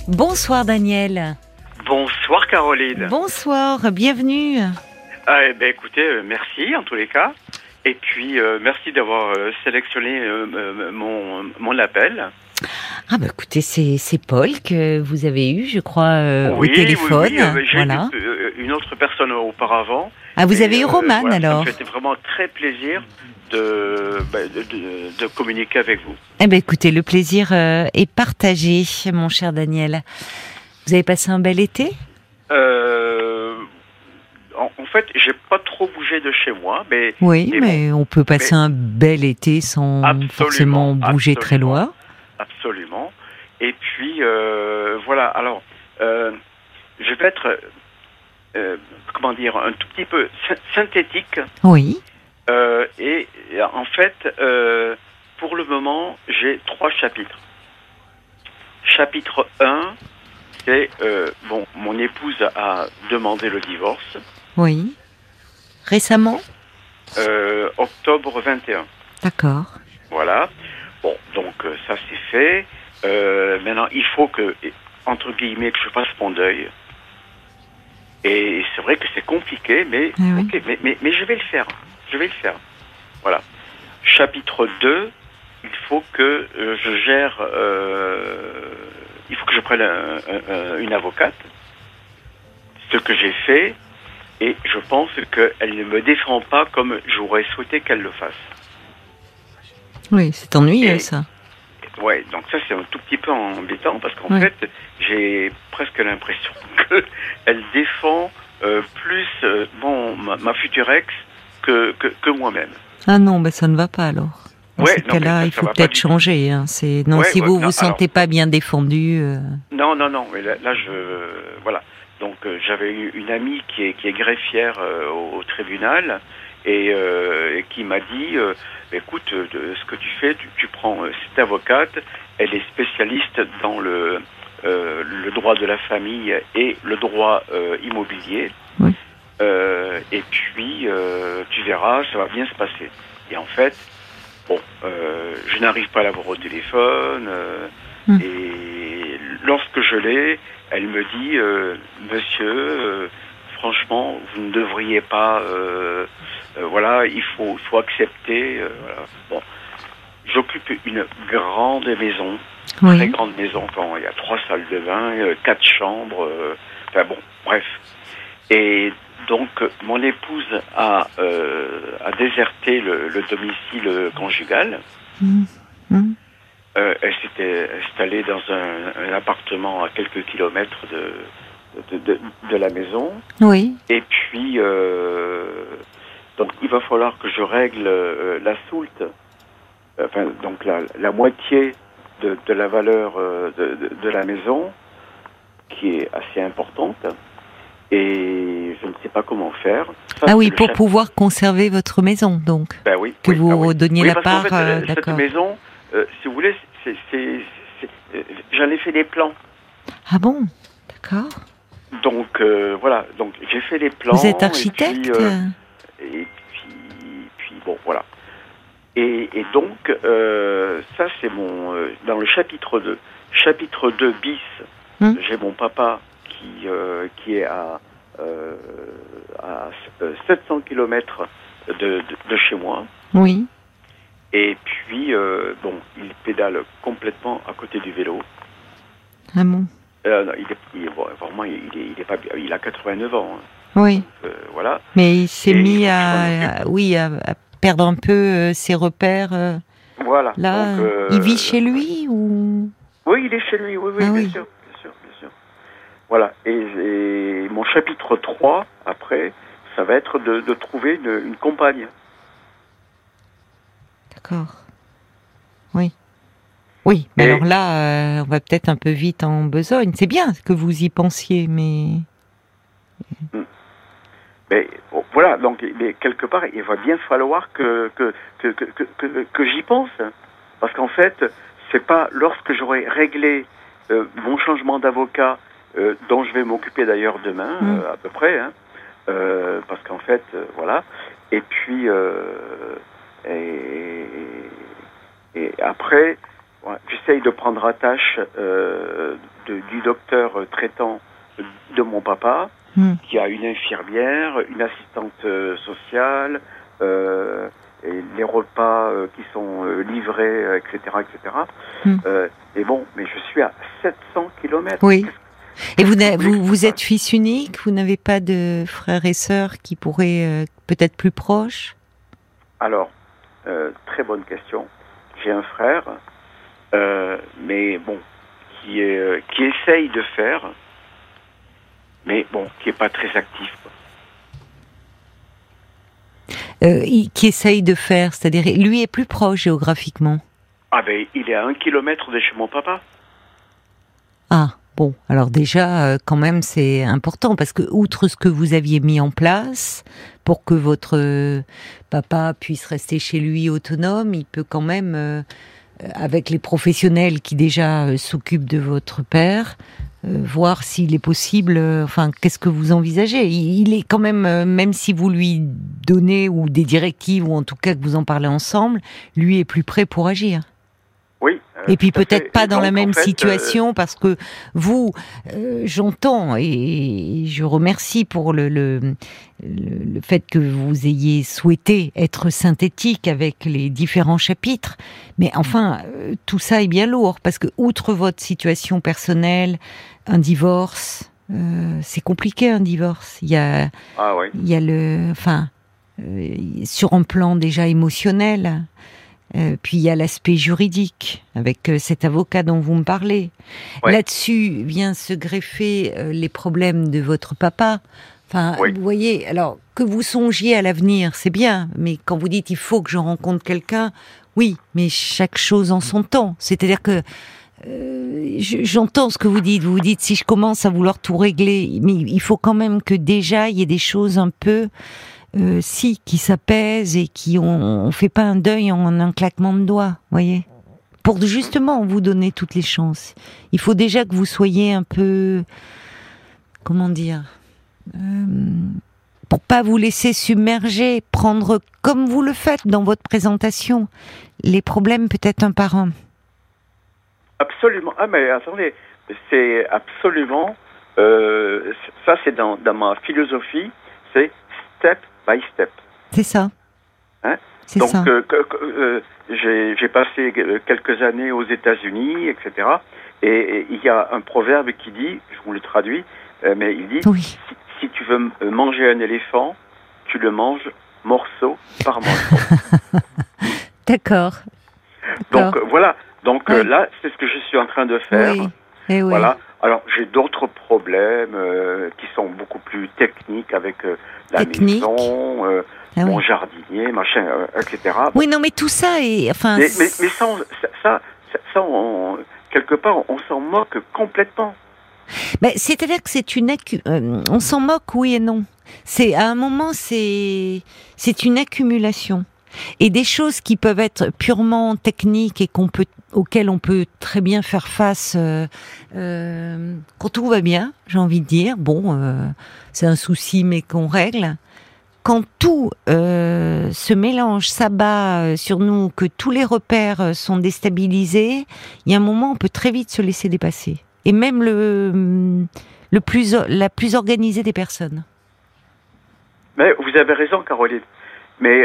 Bonsoir Daniel. Bonsoir Caroline. Bonsoir, bienvenue. Écoutez, merci en tous les cas. Et puis, merci d'avoir sélectionné mon appel. Écoutez, c'est Paul que vous avez eu, je crois, Oui, au téléphone. oui, j'ai voilà. eu une autre personne auparavant. Vous avez eu Romane alors. Ça me fait vraiment très plaisir de communiquer avec vous. Écoutez, le plaisir est partagé, mon cher Daniel. Vous avez passé un bel été ? En fait, j'ai pas trop bougé de chez moi, mais on peut passer un bel été sans forcément bouger très loin. Absolument. Et puis voilà. Alors, je vais être un tout petit peu synthétique. Oui. Et en fait, pour le moment, j'ai 3 chapitres. Chapitre 1, c'est mon épouse a demandé le divorce. Oui. Récemment ? Octobre 21. D'accord. Voilà. Bon, donc ça c'est fait. Maintenant, il faut que, entre guillemets, que je fasse mon deuil. Et c'est vrai que c'est compliqué, mais okay, mais je vais le faire. Je vais le faire. Voilà. Chapitre 2, il faut que je gère. Il faut que je prenne une avocate. Ce que j'ai fait. Et je pense qu'elle ne me défend pas comme j'aurais souhaité qu'elle le fasse. Oui, c'est ennuyeux ça. Ouais, donc ça c'est un tout petit peu embêtant parce qu'en fait, j'ai presque l'impression qu'elle défend plus ma future ex que moi-même. Ah non, ça ne va pas alors. Dans ce cas-là, il faut peut-être changer. Hein. Si vous vous sentez pas bien défendu. Non, mais là voilà. Donc j'avais eu une amie qui est greffière au tribunal et qui m'a dit écoute, ce que tu fais, tu prends cette avocate, elle est spécialiste dans le droit de la famille et le droit immobilier. Oui. Et puis tu verras, ça va bien se passer. Et en fait, je n'arrive pas à l'avoir au téléphone et lorsque je l'ai, elle me dit monsieur, franchement, vous ne devriez pas. Voilà, il faut accepter. Voilà. Bon, j'occupe une grande maison, très grande maison. Il y a 3 salles de bain, 4 chambres. Bref. Et donc, mon épouse a déserté le domicile conjugal. Elle s'était installée dans un appartement à quelques kilomètres de la maison. Oui. Et puis, donc, il va falloir que je règle la soulte, donc la moitié de la valeur de la maison, qui est assez importante. Et je ne sais pas comment faire. Ça, pour pouvoir conserver votre maison, donc. Oui. Que vous redonniez la part, parce qu'en fait, d'accord. Cette maison, si vous voulez, j'en ai fait des plans. Ah bon, d'accord. Donc voilà, donc j'ai fait les plans. Vous êtes architecte. Et puis bon, voilà. Et donc ça c'est dans le chapitre 2. Chapitre 2 bis. J'ai mon papa qui est à 700 km de chez moi. Oui. Et puis, il pédale complètement à côté du vélo. Ah bon? Non, il a 89 ans. Hein. Oui. Donc, voilà. Mais il s'est mis à perdre un peu ses repères. Voilà. Là, donc, il vit chez lui ou? Oui, il est chez lui. Oui, bien sûr. Voilà. Et mon chapitre 3, après, ça va être de trouver une compagne. D'accord. Oui. Oui, mais alors là, on va peut-être un peu vite en besogne. C'est bien que vous y pensiez, mais... Mais voilà, donc mais quelque part, il va bien falloir que j'y pense. Parce qu'en fait, c'est pas lorsque j'aurai réglé mon changement d'avocat, dont je vais m'occuper d'ailleurs demain, à peu près, hein, parce qu'en fait, voilà. Et puis, et après, j'essaye de prendre attache du docteur traitant de mon papa, qui a une infirmière, une assistante sociale, et les repas qui sont livrés, etc., etc. Et bon, mais je suis à 700 kilomètres. Oui. Et vous êtes fils unique? Vous n'avez pas de frères et sœurs qui pourraient peut-être plus proches? Alors, très bonne question. J'ai un frère, mais bon, qui essaye de faire, mais bon, qui est pas très actif, quoi. Qui essaye de faire, c'est-à-dire, lui est plus proche géographiquement. Ah ben, il est à 1 kilomètre de chez mon papa. Ah, bon, alors déjà, quand même, c'est important, parce que, outre ce que vous aviez mis en place, pour que votre papa puisse rester chez lui autonome, il peut quand même, avec les professionnels qui déjà s'occupent de votre père, voir s'il est possible, enfin, qu'est-ce que vous envisagez? Il est quand même, même si vous lui donnez ou des directives, ou en tout cas que vous en parlez ensemble, lui est plus prêt pour agir. Oui. Et puis peut-être pas dans la même situation, parce que vous, j'entends et je remercie pour le fait que vous ayez souhaité être synthétique avec les différents chapitres, mais enfin, tout ça est bien lourd, parce que outre votre situation personnelle, un divorce, c'est compliqué un divorce. Il y a sur un plan déjà émotionnel. Puis il y a l'aspect juridique, avec cet avocat dont vous me parlez. Ouais. Là-dessus vient se greffer les problèmes de votre papa. Enfin, vous voyez, alors que vous songiez à l'avenir, c'est bien, mais quand vous dites il faut que je rencontre quelqu'un, oui, mais chaque chose en son temps. C'est-à-dire que j'entends ce que vous dites. Vous dites si je commence à vouloir tout régler, mais il faut quand même que déjà il y ait des choses un peu qui s'apaisent et qui on fait pas un deuil en un claquement de doigts, voyez, pour justement vous donner toutes les chances. Il faut déjà que vous soyez un peu, comment dire, pour pas vous laisser submerger, prendre comme vous le faites dans votre présentation, les problèmes peut-être un par un. Absolument. Ah mais attendez, c'est absolument, ça c'est dans ma philosophie, c'est step by step. C'est ça. Hein? C'est donc, ça. J'ai passé quelques années aux États-Unis, etc. Et il y a un proverbe qui dit, je vous le traduis, mais il dit si tu veux manger un éléphant, tu le manges morceau par morceau. D'accord. Donc voilà. Donc là, c'est ce que je suis en train de faire. Oui. Et oui. Voilà. Alors j'ai d'autres problèmes qui sont beaucoup plus techniques avec la maison, mon jardinier, machin, etc. Oui, non, mais tout ça est, enfin. Mais ça, quelque part, on s'en moque complètement. Ben, c'est-à-dire que c'est on s'en moque, oui et non. C'est à un moment, c'est une accumulation. Et des choses qui peuvent être purement techniques et auxquelles on peut très bien faire face quand tout va bien, j'ai envie de dire. Bon, c'est un souci, mais qu'on règle. Quand tout se mélange, s'abat sur nous, que tous les repères sont déstabilisés, il y a un moment, on peut très vite se laisser dépasser. Et même la plus organisée des personnes. Mais vous avez raison, Caroline. Mais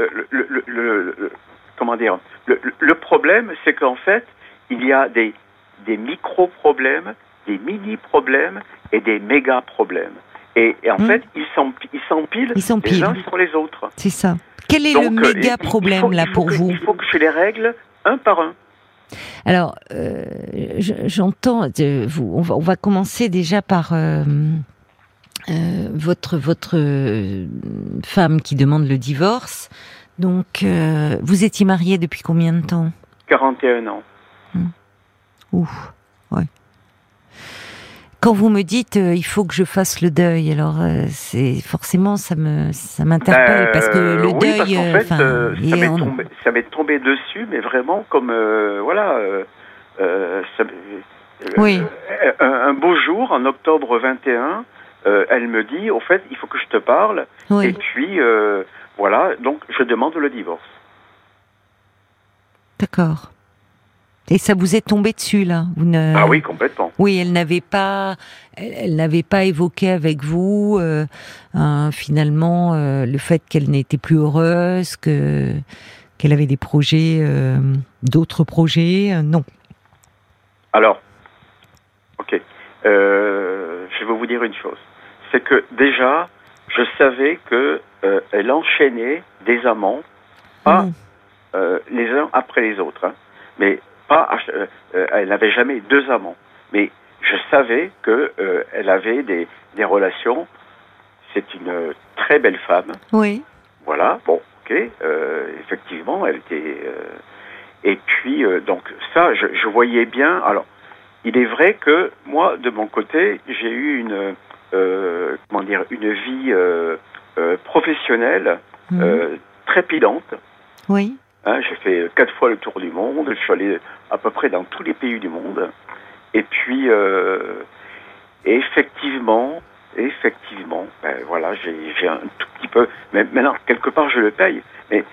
comment dire, le problème, c'est qu'en fait, il y a des micro-problèmes, des mini-problèmes et des méga-problèmes. Et en fait, ils s'empilent les uns sur les autres. C'est ça. Quel est le méga-problème là pour vous ? Il faut que je les règle un par un. Alors, j'entends. On va commencer déjà par votre femme qui demande le divorce. Donc, vous étiez mariés depuis combien de temps ? 41 ans. Ouf, ouais. Quand vous me dites il faut que je fasse le deuil, alors c'est forcément ça m'interpelle parce que le deuil, parce qu'en fait, ça m'est tombé dessus, mais vraiment comme un beau jour en octobre 21, elle me dit au fait il faut que je te parle et puis donc je demande le divorce. D'accord. Et ça vous est tombé dessus, là? Ah oui, complètement. Oui, elle n'avait pas évoqué avec vous, finalement, le fait qu'elle n'était plus heureuse, qu'elle avait des projets, d'autres projets, non. Alors, ok. Je vais vous dire une chose. C'est que déjà, je savais que elle enchaînait des amants, pas les uns après les autres, hein, mais pas. Elle n'avait jamais deux amants. Mais je savais que elle avait des relations. C'est une très belle femme. Oui. Voilà. Bon, ok. Effectivement, elle était. Et puis donc ça, je voyais bien. Alors. Il est vrai que moi, de mon côté, j'ai eu une vie professionnelle trépidante. Oui. Hein, j'ai fait 4 fois le tour du monde. Je suis allé à peu près dans tous les pays du monde. Et puis, effectivement, ben voilà, j'ai un tout petit peu. Mais maintenant, quelque part, je le paye. Mais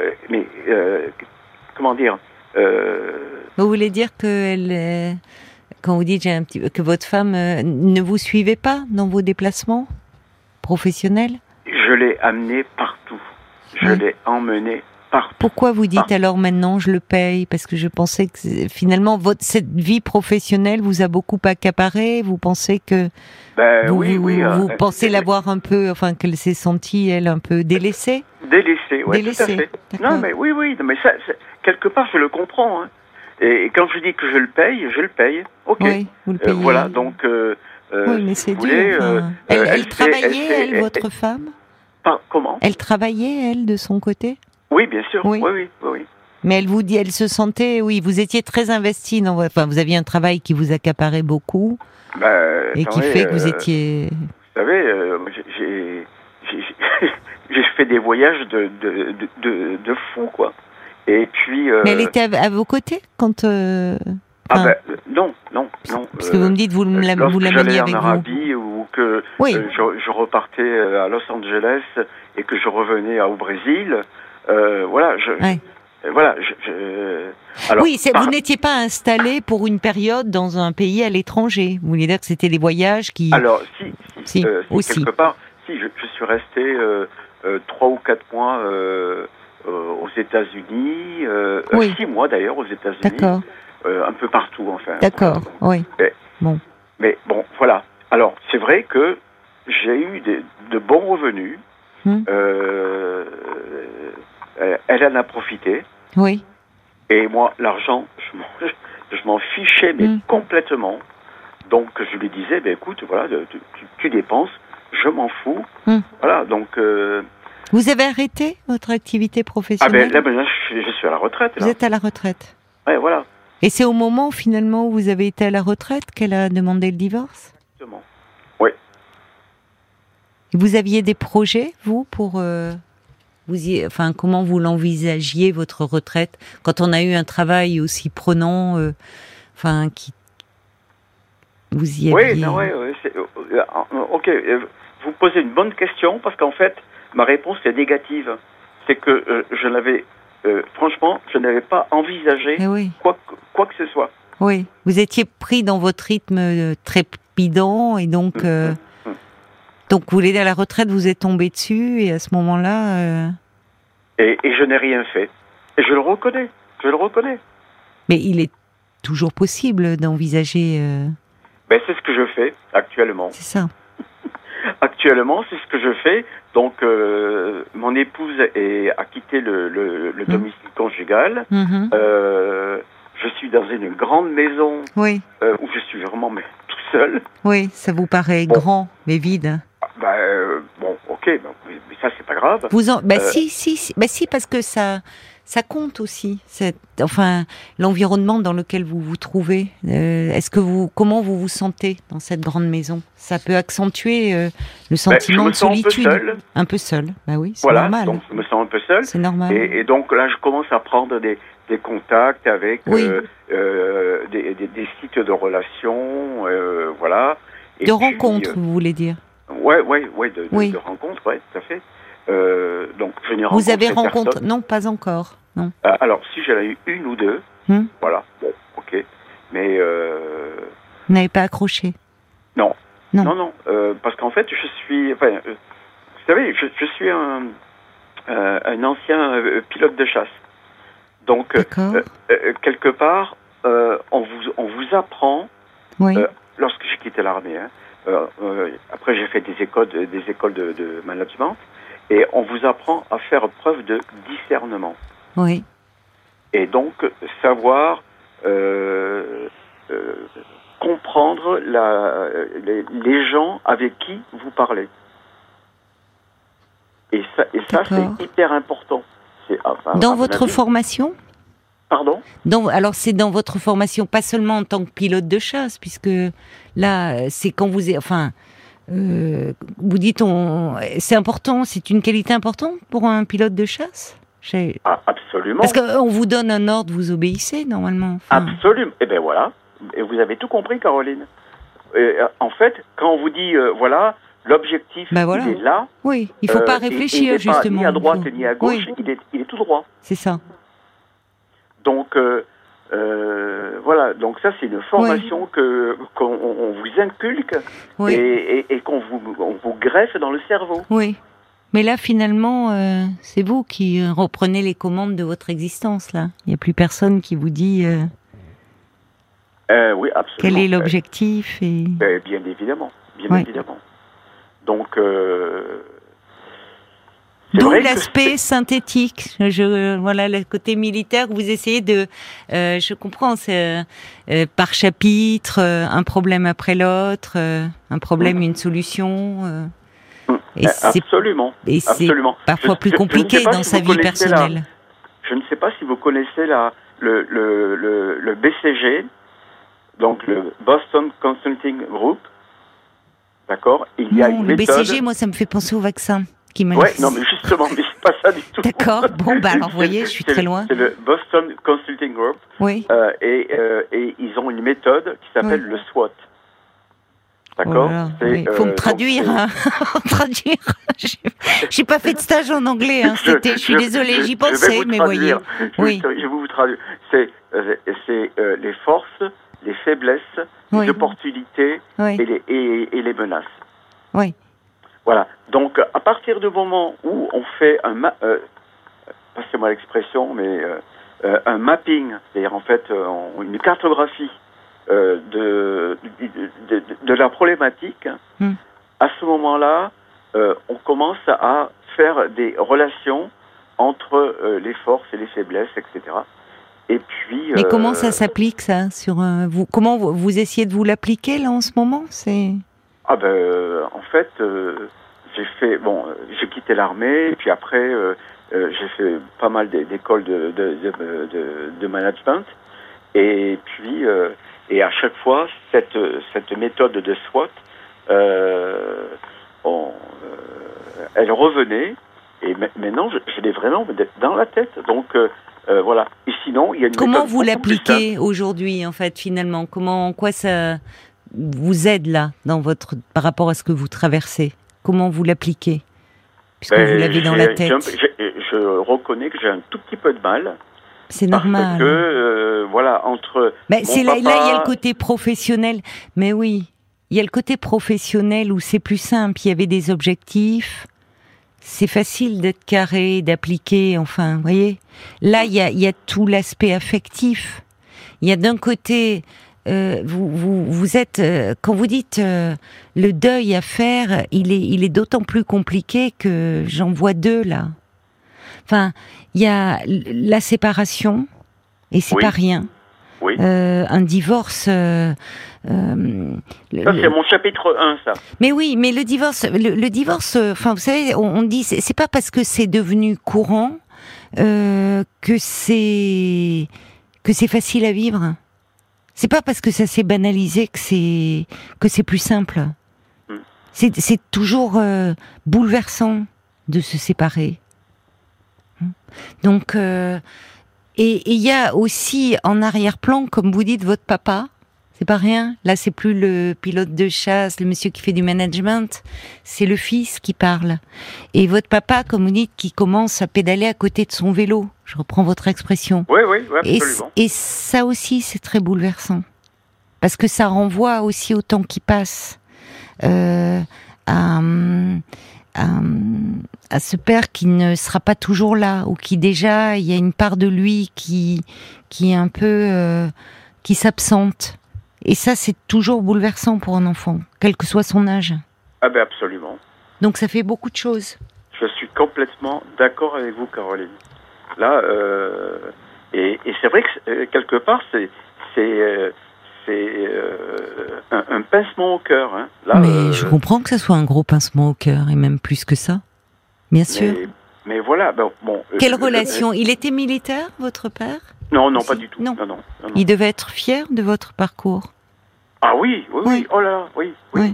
comment dire Vous voulez dire que quand vous dites que votre femme ne vous suivait pas dans vos déplacements professionnels? Je l'ai amenée partout. Je l'ai emmenée partout. Pourquoi vous dites alors maintenant je le paye? Parce que je pensais que finalement cette vie professionnelle vous a beaucoup accaparé. Vous pensez que vous pensez l'avoir un peu, enfin qu'elle s'est sentie elle un peu délaissée? Délaissée, oui, tout à fait. D'accord. Non, mais oui, mais ça, quelque part je le comprends. Hein. Et quand je dis que je le paye. Ok. Oui, vous le payez. Voilà, donc. Oui, mais c'est dur. Elle travaillait, votre femme? Comment? Elle travaillait, elle, de son côté? Oui, bien sûr. Oui. Mais elle vous dit, elle se sentait, oui, vous étiez très investi vous aviez un travail qui vous accaparait beaucoup, et qui fait que vous étiez. Vous savez, j'ai fait des voyages de fou, quoi. Et puis. Mais elle était à vos côtés quand. Non. Parce que vous me dites, vous l'ameniez avec vous. En Arabie ou que je repartais à Los Angeles et que je revenais au Brésil, voilà. Alors, vous n'étiez pas installé pour une période dans un pays à l'étranger. Vous voulez dire que c'était des voyages qui. Alors, si aussi. Quelque part, je suis resté 3 ou 4 mois aux États-Unis, 6 mois d'ailleurs aux États-Unis. D'accord. Un peu partout, enfin. D'accord, oui. Mais bon, voilà. Alors, c'est vrai que j'ai eu de bons revenus. Elle en a profité. Oui. Et moi, l'argent, je m'en fichais, mais complètement. Donc, je lui disais, écoute, voilà, tu dépenses, je m'en fous. Voilà, donc... Vous avez arrêté votre activité professionnelle? Là, je suis à la retraite. Là. Vous êtes à la retraite? Oui, voilà. Et c'est au moment, finalement, où vous avez été à la retraite qu'elle a demandé le divorce? Exactement. Oui. Vous aviez des projets, vous, pour... comment vous l'envisagiez, votre retraite, quand on a eu un travail aussi prenant, qui... Vous y aviez... Ok, vous posez une bonne question, parce qu'en fait, ma réponse est négative. C'est que je n'avais... franchement, je n'avais pas envisagé quoi que ce soit. Oui, vous étiez pris dans votre rythme trépidant et donc, donc vous voulez dire à la retraite, vous êtes tombé dessus et à ce moment-là. Et je n'ai rien fait. Et je le reconnais. Mais il est toujours possible d'envisager. C'est ce que je fais actuellement. C'est ça. Actuellement, c'est ce que je fais. Donc, mon épouse a quitté le domicile conjugal. Je suis dans une grande maison où je suis vraiment tout seul. Oui, ça vous paraît grand, mais vide. Ok, mais ça, c'est pas grave. Si, parce que ça compte aussi. L'environnement dans lequel vous vous trouvez. Comment vous vous sentez dans cette grande maison? Ça peut accentuer le sentiment de solitude. Un peu seul. Oui, c'est normal. Donc je me sens un peu seul. C'est normal. Et donc là, je commence à prendre des contacts avec des sites de relations, voilà. De rencontres, vous voulez dire? De rencontres, tout à fait. Donc je n'ai rencontré Vous avez rencontré? personne. Non, pas encore. Non. Alors, si j'en ai eu une ou deux. Voilà, bon, ok. Mais Vous n'avez pas accroché? non, Non. non, parce qu'en fait, je suis, enfin, vous savez, je suis un ancien pilote de chasse. Donc, quelque part, on vous apprend, Oui. lorsque j'ai quitté l'armée, après j'ai fait des écoles de management, et on vous apprend à faire preuve de discernement. Oui. Et donc, savoir comprendre les gens avec qui vous parlez. Et ça c'est hyper important. Dans votre formation? Pardon? Alors c'est dans votre formation, pas seulement en tant que pilote de chasse, puisque là, c'est quand vous vous dites, c'est important, c'est une qualité importante pour un pilote de chasse? Absolument. Parce qu'on vous donne un ordre, vous obéissez normalement. Absolument. Et bien voilà. Et vous avez tout compris, Caroline. En fait, quand on vous dit, voilà, l'objectif, il est là. Oui, il ne faut pas réfléchir, il n'est justement. Pas ni à droite ni à gauche, il est tout droit. C'est ça. Donc, voilà. Donc ça, c'est une formation qu'on vous inculque et qu'on vous greffe dans le cerveau. Oui. Mais là, finalement, c'est vous qui reprenez les commandes de votre existence, là. Il n'y a plus personne qui vous dit... oui, absolument. Quel est l'objectif Bien évidemment. Bien évidemment. Donc... D'où l'aspect synthétique. Voilà, le côté militaire, vous essayez de... je comprends, c'est par chapitre, un problème après l'autre, un problème, une solution... absolument. Et c'est parfois plus compliqué dans sa vie personnelle. Je ne sais pas si vous connaissez le BCG, donc le Boston Consulting Group. D'accord? Il y a une méthode... Le BCG, moi, ça me fait penser au vaccin. Ouais, non, mais justement, mais c'est pas ça du tout. D'accord. Bon, alors, vous voyez, je suis très loin. C'est le Boston Consulting Group. Oui. Et ils ont une méthode qui s'appelle le SWOT. D'accord. Il faut me traduire. Traduire. J'ai pas fait de stage en anglais. Je suis désolée, j'y pensais, mais voyez. Je vais vous traduire. C'est les forces, les faiblesses, les opportunités et les menaces. Oui. Voilà. Donc, à partir du moment où on fait passez-moi l'expression, mais un mapping, c'est-à-dire en fait une cartographie de la problématique, à ce moment-là, on commence à faire des relations entre les forces et les faiblesses, etc. Et puis. Mais comment ça s'applique, ça, sur vous? Comment vous essayez de vous l'appliquer là en ce moment? En fait, j'ai quitté l'armée, puis après j'ai fait pas mal d'écoles de management, et puis et à chaque fois cette méthode de SWOT, elle revenait, et maintenant je l'ai vraiment dans la tête. Donc voilà. Et sinon, il y a une Comment vous l'appliquez aujourd'hui, en fait, finalement? En quoi ça vous aide là, par rapport à ce que vous traversez? Comment vous l'appliquez, puisque vous l'avez dans la tête? Je reconnais que j'ai un tout petit peu de mal. C'est normal. Parce que, entre... Là, il y a le côté professionnel. Mais oui, il y a le côté professionnel où c'est plus simple. Il y avait des objectifs. C'est facile d'être carré, d'appliquer, enfin, vous voyez. Là, il y a tout l'aspect affectif. Il y a d'un côté... vous êtes, quand vous dites le deuil à faire, il est d'autant plus compliqué que j'en vois deux là. Enfin, il y a la séparation, et c'est pas rien. Oui. Un divorce. Ça, c'est mon chapitre 1, ça. Mais oui, mais le divorce, enfin, vous savez, on dit, c'est pas parce que c'est devenu courant que c'est facile à vivre. C'est pas parce que ça s'est banalisé que c'est plus simple. C'est toujours bouleversant de se séparer. Donc, et il y a aussi en arrière-plan, comme vous dites, votre papa. C'est pas rien. Là, c'est plus le pilote de chasse, le monsieur qui fait du management. C'est le fils qui parle. Et votre papa, comme vous dites, qui commence à pédaler à côté de son vélo. Je reprends votre expression. Oui, absolument. Et ça aussi, c'est très bouleversant. Parce que ça renvoie aussi au temps qui passe. À ce père qui ne sera pas toujours là, ou qui déjà, il y a une part de lui qui est un peu... qui s'absente. Et ça, c'est toujours bouleversant pour un enfant, quel que soit son âge. Ah ben absolument. Donc ça fait beaucoup de choses. Je suis complètement d'accord avec vous, Caroline. Là, et c'est vrai que quelque part, c'est un pincement au cœur. Hein. Là, mais je comprends que ça soit un gros pincement au cœur, et même plus que ça. Bien sûr. Mais voilà, bon. Quelle relation? Il était militaire, votre père? Non, aussi? Pas du tout. Non. Il devait être fier de votre parcours. Ah oui. Oh là là, oui.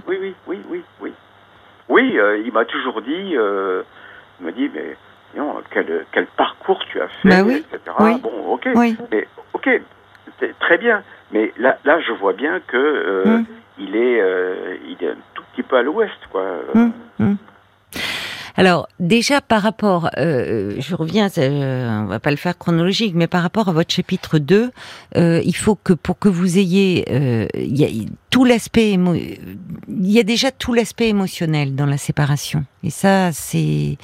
Oui, il m'a toujours dit, il m'a dit, mais non, quel parcours tu as fait, etc. Oui. Bon, ok, mais ok, c'est très bien. Mais là, je vois bien que il est un tout petit peu à l'ouest, quoi. Alors, déjà, par rapport, je reviens, on va pas le faire chronologique, mais par rapport à votre chapitre 2, il faut que, pour que vous ayez, il y a déjà tout l'aspect émotionnel dans la séparation. Et ça, c'est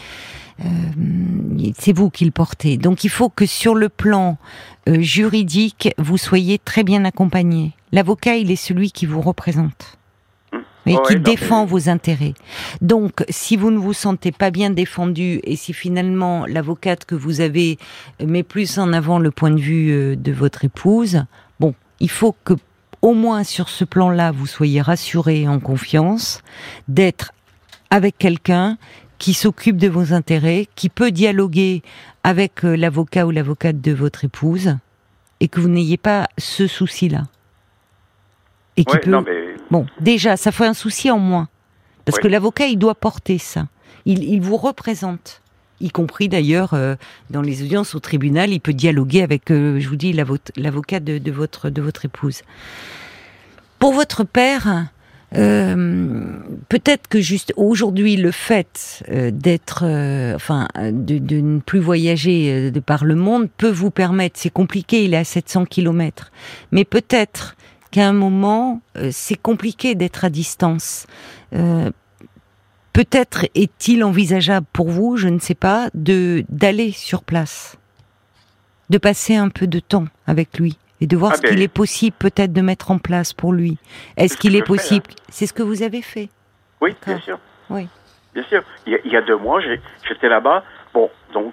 vous qui le portez. Donc, il faut que sur le plan juridique, vous soyez très bien accompagné. L'avocat, il est celui qui vous représente. Et qui défend vos intérêts. Donc, si vous ne vous sentez pas bien défendu, et si finalement l'avocate que vous avez met plus en avant le point de vue de votre épouse, bon, il faut que, au moins sur ce plan-là, vous soyez rassuré et en confiance d'être avec quelqu'un qui s'occupe de vos intérêts, qui peut dialoguer avec l'avocat ou l'avocate de votre épouse, et que vous n'ayez pas ce souci-là. Et qui peut... Bon, déjà, ça fait un souci en moins. Parce que l'avocat, il doit porter ça. Il vous représente. Y compris d'ailleurs, dans les audiences au tribunal, il peut dialoguer avec, je vous dis, l'avocat de votre épouse. Pour votre père, peut-être que juste aujourd'hui, le fait d'être, de ne plus voyager de par le monde peut vous permettre, c'est compliqué, il est à 700 km, mais peut-être qu'à un moment, c'est compliqué d'être à distance. Peut-être est-il envisageable pour vous, je ne sais pas, d'aller sur place, de passer un peu de temps avec lui et de voir ce qu'il est possible peut-être de mettre en place pour lui. Est-ce qu'il est possible? C'est ce que vous avez fait? Oui, bien sûr. Oui. Bien sûr. Il y a 2 mois, j'étais là-bas. Bon, donc...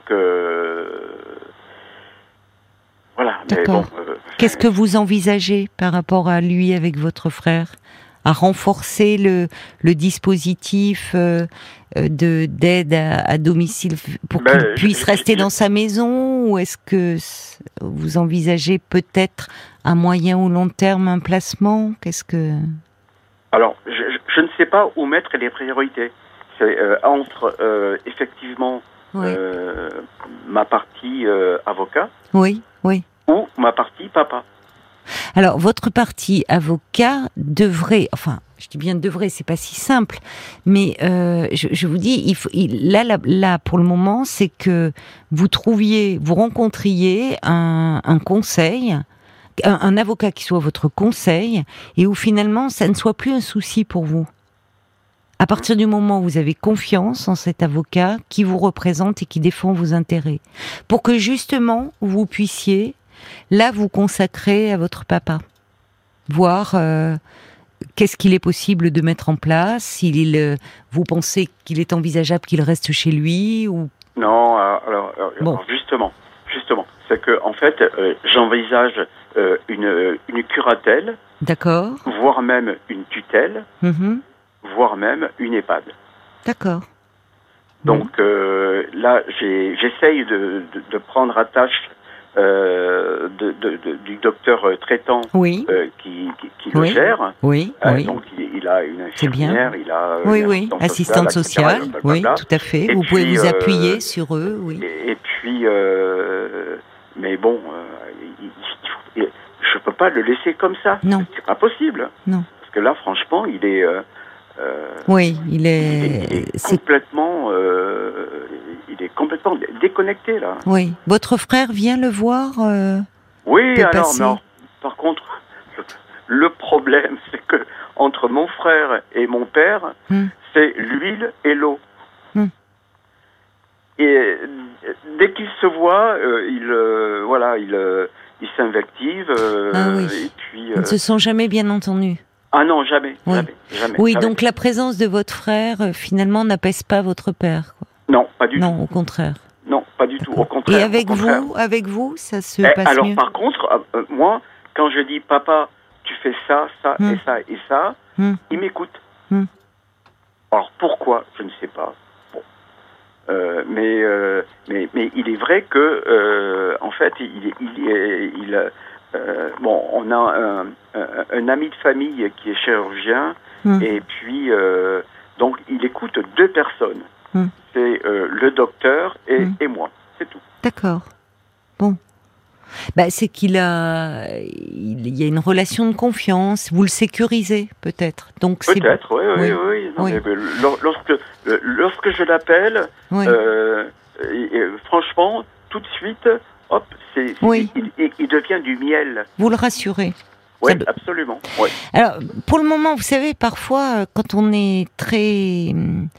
Voilà. D'accord. Mais bon, qu'est-ce que vous envisagez par rapport à lui avec votre frère? À renforcer le dispositif d'aide à domicile pour qu'il puisse rester dans sa maison, ou est-ce que vous envisagez peut-être à moyen ou long terme un placement? Alors, je ne sais pas où mettre les priorités. C'est entre effectivement ma partie avocat. Oui. Ou ma partie papa. Alors, votre partie avocat devrait, enfin, je dis bien devrait, c'est pas si simple, mais je vous dis, là, pour le moment, c'est que vous rencontriez un conseil, un avocat qui soit votre conseil, et où finalement, ça ne soit plus un souci pour vous. À partir du moment où vous avez confiance en cet avocat qui vous représente et qui défend vos intérêts, pour que justement vous puissiez là vous consacrer à votre papa, voir qu'est-ce qu'il est possible de mettre en place, vous pensez qu'il est envisageable qu'il reste chez lui ou... Non, alors justement, c'est que en fait j'envisage une curatelle, d'accord, voire même une tutelle. Voire même une EHPAD. D'accord. Donc là, j'essaye de prendre attache du docteur traitant qui le gère. Oui. Donc il a une infirmière, il a une assistante sociale. Oui, tout à fait. Vous pouvez vous appuyer sur eux. Oui. Et puis, mais bon, je peux pas le laisser comme ça. Non. C'est pas possible. Non. Parce que là, franchement, il est... oui, il est complètement... il est complètement déconnecté, là. Oui. Votre frère vient le voir Oui, alors, passer. non. Par contre, le problème, c'est que entre mon frère et mon père, c'est l'huile et l'eau. Et dès qu'ils se voient, ils s'invectivent. Oui. Et puis, Ils ne se sont jamais bien entendus. Ah non, jamais. Oui, jamais. Donc la présence de votre frère, finalement, n'apaise pas votre père, quoi. Non, pas du tout. Non, au contraire. Non, pas du tout. Au contraire. Et avec vous, ça se passe alors, mieux. par contre, moi, quand je dis papa, tu fais ça, et ça et ça, il m'écoute. Alors pourquoi, je ne sais pas. Bon, mais il est vrai que, en fait, on a un ami de famille qui est chirurgien, et puis donc il écoute 2 personnes. C'est le docteur et moi, c'est tout. D'accord. Bon. C'est qu'il y a une relation de confiance. Vous le sécurisez, peut-être. Donc peut-être, oui. Non, mais lorsque je l'appelle, franchement, tout de suite, hop, il devient du miel. Vous le rassurez. Oui, absolument. Ouais. Alors, pour le moment, vous savez, parfois, quand on est très,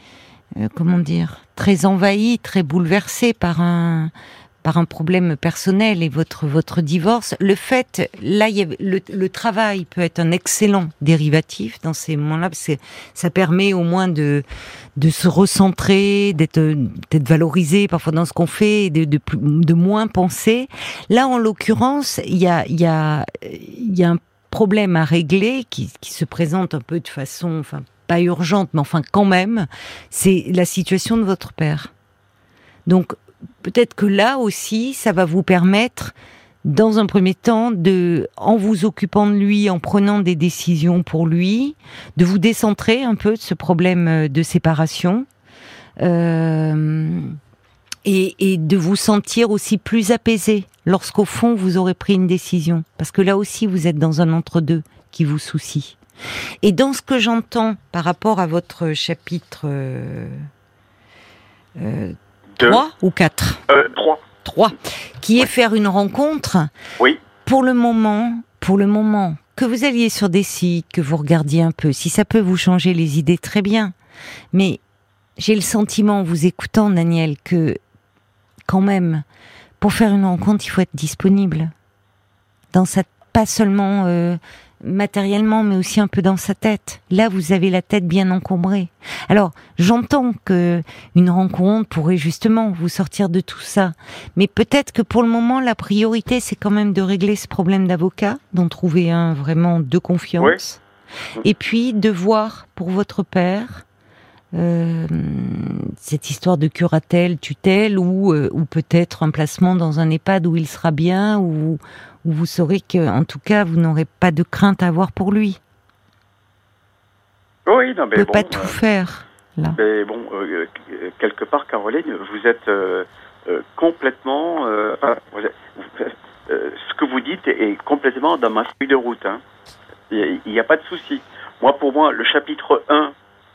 très envahi, très bouleversé par un problème personnel et votre divorce, le fait, là, le travail peut être un excellent dérivatif dans ces moments-là, parce que ça permet au moins de se recentrer, d'être valorisé parfois dans ce qu'on fait, et de moins penser. Là, en l'occurrence, il y a un problème à régler qui se présente un peu de façon, pas urgente, mais quand même, c'est la situation de votre père. Donc, peut-être que là aussi, ça va vous permettre, dans un premier temps, en vous occupant de lui, en prenant des décisions pour lui, de vous décentrer un peu de ce problème de séparation, et de vous sentir aussi plus apaisé lorsqu'au fond vous aurez pris une décision. Parce que là aussi, vous êtes dans un entre-deux qui vous soucie. Et dans ce que j'entends par rapport à votre chapitre 3 ou 4 3, qui est faire une rencontre. Oui. Pour le moment, que vous alliez sur des sites, que vous regardiez un peu, si ça peut vous changer les idées, très bien. Mais j'ai le sentiment, en vous écoutant, Daniel, que quand même, pour faire une rencontre, il faut être disponible. Pas seulement matériellement, mais aussi un peu dans sa tête. Là, vous avez la tête bien encombrée. Alors, j'entends que une rencontre pourrait justement vous sortir de tout ça, mais peut-être que pour le moment, la priorité, c'est quand même de régler ce problème d'avocat, d'en trouver un vraiment de confiance, et puis de voir pour votre père cette histoire de curatelle, tutelle, ou peut-être un placement dans un EHPAD où il sera bien, où vous saurez qu'en tout cas, vous n'aurez pas de crainte à avoir pour lui. Oui, non, mais on ne peut pas tout faire, là. Mais bon, quelque part, Caroline, vous êtes complètement... ce que vous dites est complètement dans ma feuille de route. Hein. Il n'y a pas de souci. Pour moi, le chapitre 1,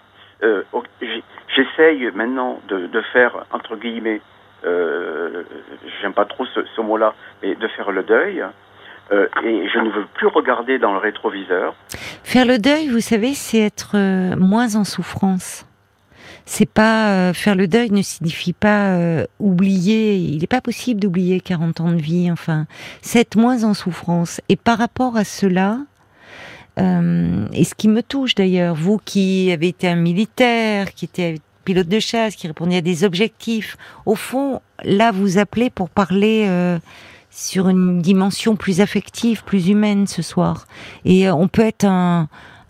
j'essaye maintenant de faire, entre guillemets, j'aime pas trop ce mot-là, mais de faire le deuil, et je ne veux plus regarder dans le rétroviseur. Faire le deuil, vous savez, c'est être moins en souffrance. C'est pas faire le deuil ne signifie pas oublier. Il n'est pas possible d'oublier 40 ans de vie. C'est être moins en souffrance. Et par rapport à cela, et ce qui me touche d'ailleurs, vous qui avez été un militaire, qui était pilote de chasse, qui répondait à des objectifs. Au fond, là, vous appelez pour parler sur une dimension plus affective, plus humaine ce soir. Et on peut être un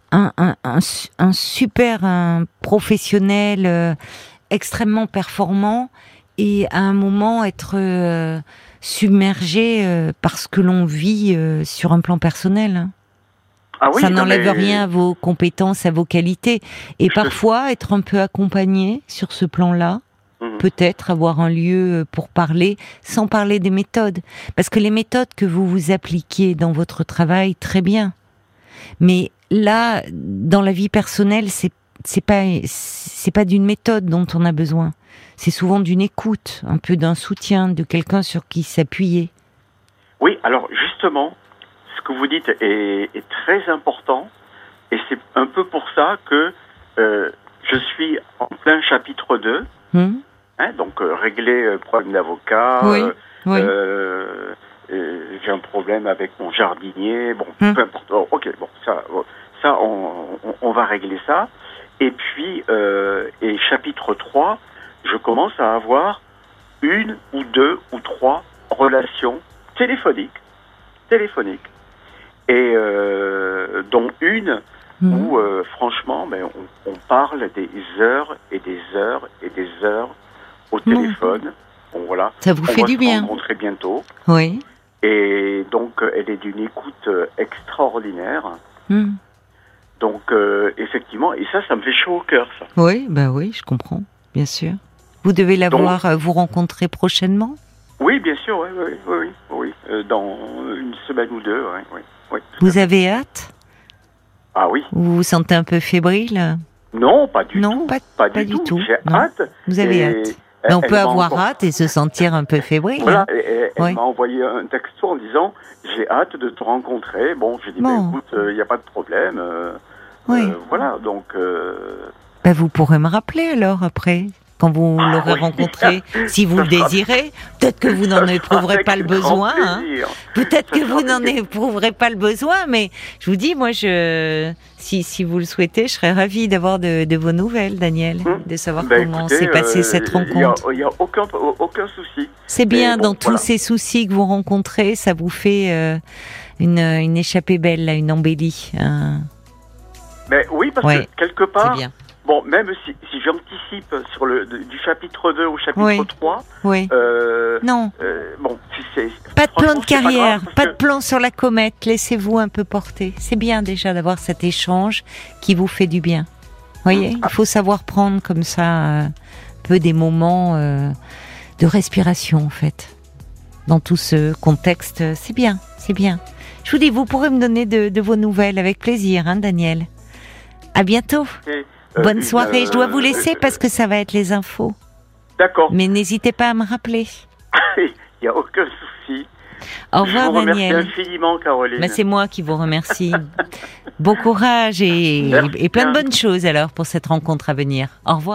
super professionnel extrêmement performant et à un moment être submergé par ce que l'on vit sur un plan personnel. Ah oui, ça n'enlève rien à vos compétences, à vos qualités. Et parfois, être un peu accompagné sur ce plan-là, peut-être avoir un lieu pour parler, sans parler des méthodes. Parce que les méthodes que vous appliquez dans votre travail, très bien. Mais là, dans la vie personnelle, c'est pas d'une méthode dont on a besoin. C'est souvent d'une écoute, un peu d'un soutien, de quelqu'un sur qui s'appuyer. Oui, alors justement, ce que vous dites est très important, et c'est un peu pour ça que je suis en plein chapitre 2, donc régler problème d'avocat, oui. J'ai un problème avec mon jardinier, bon, peu importe, ok, bon, ça on va régler ça, et puis, et chapitre 3, je commence à avoir 1 ou 2 ou 3 relations téléphoniques, et dont une où franchement, on parle des heures et des heures et des heures au téléphone. Bon, voilà. Ça vous fait du bien. On va se rencontrer bientôt. Oui. Et donc, elle est d'une écoute extraordinaire. Donc, effectivement, et ça me fait chaud au cœur, ça. Oui, oui, je comprends, bien sûr. Vous devez vous rencontrer prochainement? Oui, bien sûr, oui. Dans une semaine ou deux, oui. Vous avez hâte? Ah oui. Vous vous sentez un peu fébrile? Non, pas du tout. Non, pas du tout. J'ai hâte. Vous avez hâte. Mais on peut avoir hâte et se sentir un peu fébrile. Voilà, elle m'a envoyé un texto en disant « J'ai hâte de te rencontrer ». Bon, j'ai dit écoute, il n'y a pas de problème. Voilà, donc... vous pourrez me rappeler alors après, quand vous l'aurez rencontré, si vous le désirez. Peut-être que vous n'en éprouverez pas le besoin. Peut-être que vous n'en éprouverez pas le besoin, mais je vous dis, moi, si vous le souhaitez, je serais ravie d'avoir de vos nouvelles, Daniel, de savoir comment s'est passée cette rencontre. Il n'y a aucun souci. C'est bien, dans tous ces soucis que vous rencontrez, ça vous fait une échappée belle, là, une embellie. Mais oui, parce que quelque part... Bien. Bon, même si j'anticipe sur du chapitre 2 au chapitre 3... non. Bon, pas de plan de carrière, pas de plan sur la comète, laissez-vous un peu porter. C'est bien déjà d'avoir cet échange qui vous fait du bien. Vous voyez, il faut savoir prendre comme ça un peu des moments de respiration, en fait. Dans tout ce contexte, c'est bien. Je vous dis, vous pourrez me donner de vos nouvelles avec plaisir, hein, Daniel. À bientôt. Bonne soirée. Je dois vous laisser parce que ça va être les infos. D'accord. Mais n'hésitez pas à me rappeler. Il n'y a aucun souci. Au revoir, Daniel. Je vous remercie infiniment, Caroline. C'est moi qui vous remercie. Bon courage et plein de bonnes choses alors pour cette rencontre à venir. Au revoir.